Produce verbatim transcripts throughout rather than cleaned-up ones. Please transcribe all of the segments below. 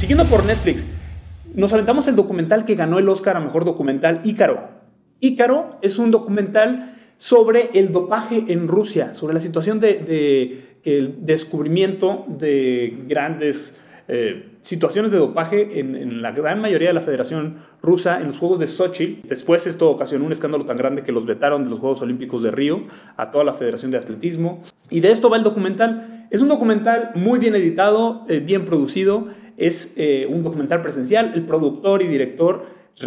Siguiendo por Netflix, nos aventamos el documental que ganó el Oscar a Mejor Documental, Ícaro. Ícaro es un documental sobre el dopaje en Rusia, sobre la situación de, de, de el descubrimiento de grandes eh, situaciones de dopaje en, en la gran mayoría de la Federación Rusa en los Juegos de Sochi. Después esto ocasionó un escándalo tan grande que los vetaron de los Juegos Olímpicos de Río a toda la Federación de Atletismo. Y de esto va el documental. Es un documental muy bien editado, eh, bien producido. Es eh, un documental presencial. El productor y director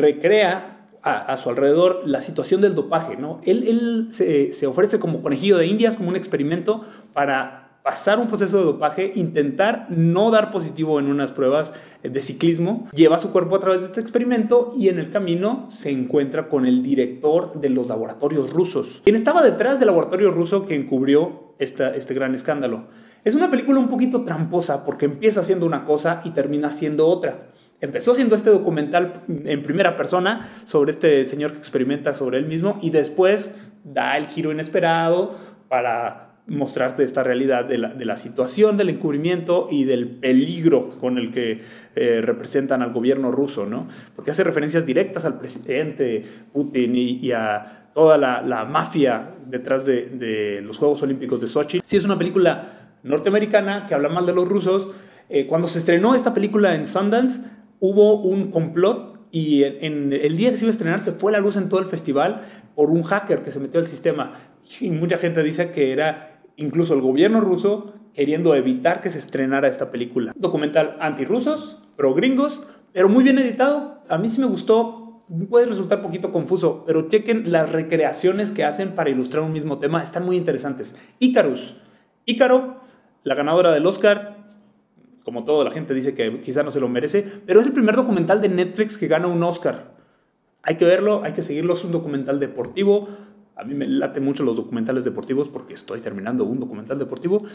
recrea a, a su alrededor la situación del dopaje, ¿no? Él, él se, se ofrece como conejillo de indias, como un experimento para pasar un proceso de dopaje, intentar no dar positivo en unas pruebas de ciclismo, lleva su cuerpo a través de este experimento y en el camino se encuentra con el director de los laboratorios rusos, quien estaba detrás del laboratorio ruso que encubrió esta, este gran escándalo. Es una película un poquito tramposa porque empieza haciendo una cosa y termina haciendo otra. Empezó haciendo este documental en primera persona sobre este señor que experimenta sobre él mismo y después da el giro inesperado para mostrarte esta realidad de la, de la situación del encubrimiento y del peligro con el que eh, representan al gobierno ruso, ¿no? Porque hace referencias directas al presidente Putin y, y a toda la, la mafia detrás de, de los Juegos Olímpicos de Sochi. Sí, es una película norteamericana que habla mal de los rusos. Eh, cuando se estrenó esta película en Sundance, hubo un complot y en, en el día que se iba a estrenar se fue la luz en todo el festival por un hacker que se metió al sistema. Y mucha gente dice que era incluso el gobierno ruso queriendo evitar que se estrenara esta película. Un documental antirrusos, pro gringos, pero muy bien editado. A mí sí me gustó. Puede resultar un poquito confuso, pero chequen las recreaciones que hacen para ilustrar un mismo tema. Están muy interesantes. Icarus. Ícaro, la ganadora del Oscar. Como toda la gente dice que quizá no se lo merece, pero es el primer documental de Netflix que gana un Oscar. Hay que verlo, hay que seguirlo. Es un documental deportivo. A mí me late mucho los documentales deportivos porque estoy terminando un documental deportivo.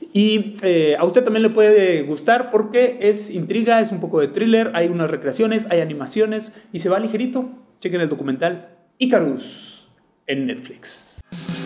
Y eh, a usted también le puede gustar porque es intriga, es un poco de thriller, hay unas recreaciones, hay animaciones y se va ligerito. Chequen el documental Icarus en Netflix.